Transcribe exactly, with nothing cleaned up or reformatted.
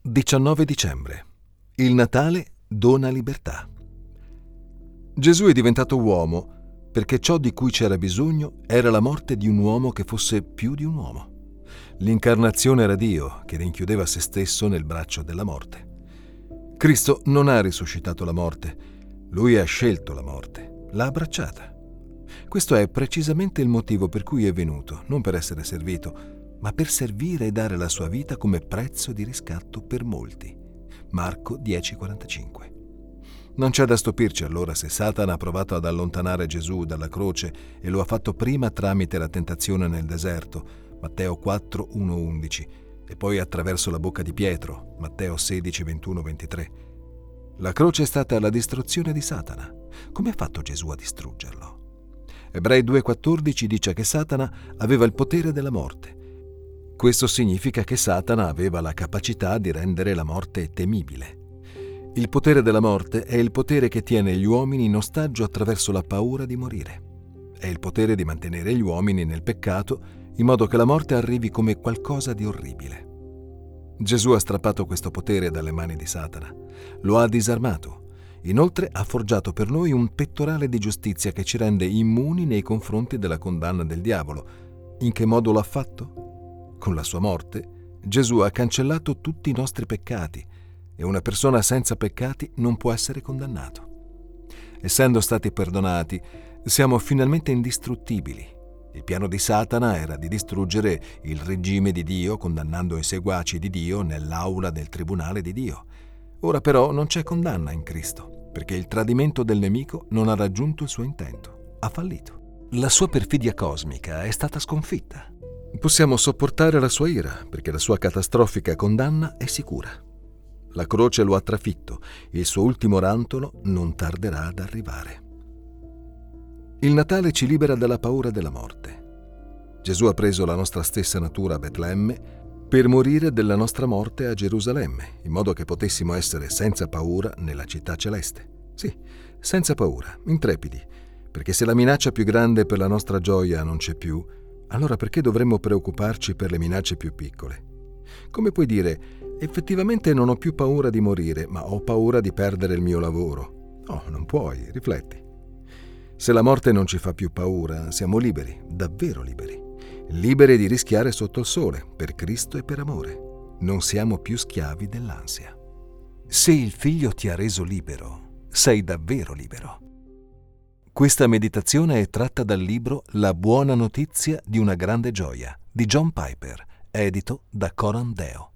diciannove dicembre. Il Natale dona libertà. Gesù è diventato uomo perché ciò di cui c'era bisogno era la morte di un uomo che fosse più di un uomo. L'incarnazione era Dio che rinchiudeva se stesso nel braccio della morte. Cristo non ha risuscitato la morte, Lui ha scelto la morte, l'ha abbracciata. Questo è precisamente il motivo per cui è venuto, non per essere servito, ma per servire e dare la sua vita come prezzo di riscatto per molti. Marco dieci quarantacinque. Non c'è da stupirci allora se Satana ha provato ad allontanare Gesù dalla croce e lo ha fatto prima tramite la tentazione nel deserto, Matteo quattro uno undici, e poi attraverso la bocca di Pietro, Matteo sedici ventuno ventitré. La croce è stata la distruzione di Satana. Come ha fatto Gesù a distruggerlo? Ebrei due quattordici dice che Satana aveva il potere della morte. Questo significa che Satana aveva la capacità di rendere la morte temibile. Il potere della morte è il potere che tiene gli uomini in ostaggio attraverso la paura di morire. È il potere di mantenere gli uomini nel peccato in modo che la morte arrivi come qualcosa di orribile. Gesù ha strappato questo potere dalle mani di Satana, lo ha disarmato. Inoltre ha forgiato per noi un pettorale di giustizia che ci rende immuni nei confronti della condanna del diavolo. In che modo l'ha fatto? Con la sua morte, Gesù ha cancellato tutti i nostri peccati e una persona senza peccati non può essere condannato. Essendo stati perdonati, siamo finalmente indistruttibili. Il piano di Satana era di distruggere il regime di Dio condannando i seguaci di Dio nell'aula del tribunale di Dio. Ora però non c'è condanna in Cristo, perché il tradimento del nemico non ha raggiunto il suo intento, ha fallito. La sua perfidia cosmica è stata sconfitta. Possiamo sopportare la sua ira, perché la sua catastrofica condanna è sicura. La croce lo ha trafitto, il suo ultimo rantolo non tarderà ad arrivare. Il Natale ci libera dalla paura della morte. Gesù ha preso la nostra stessa natura a Betlemme per morire della nostra morte a Gerusalemme, in modo che potessimo essere senza paura nella città celeste. Sì, senza paura, intrepidi, perché se la minaccia più grande per la nostra gioia non c'è più, allora perché dovremmo preoccuparci per le minacce più piccole? Come puoi dire, effettivamente non ho più paura di morire, ma ho paura di perdere il mio lavoro? No, non puoi, rifletti. Se la morte non ci fa più paura, siamo liberi, davvero liberi. Liberi di rischiare sotto il sole, per Cristo e per amore. Non siamo più schiavi dell'ansia. Se il Figlio ti ha reso libero, sei davvero libero. Questa meditazione è tratta dal libro La buona notizia di una grande gioia di John Piper, edito da Conan Deo.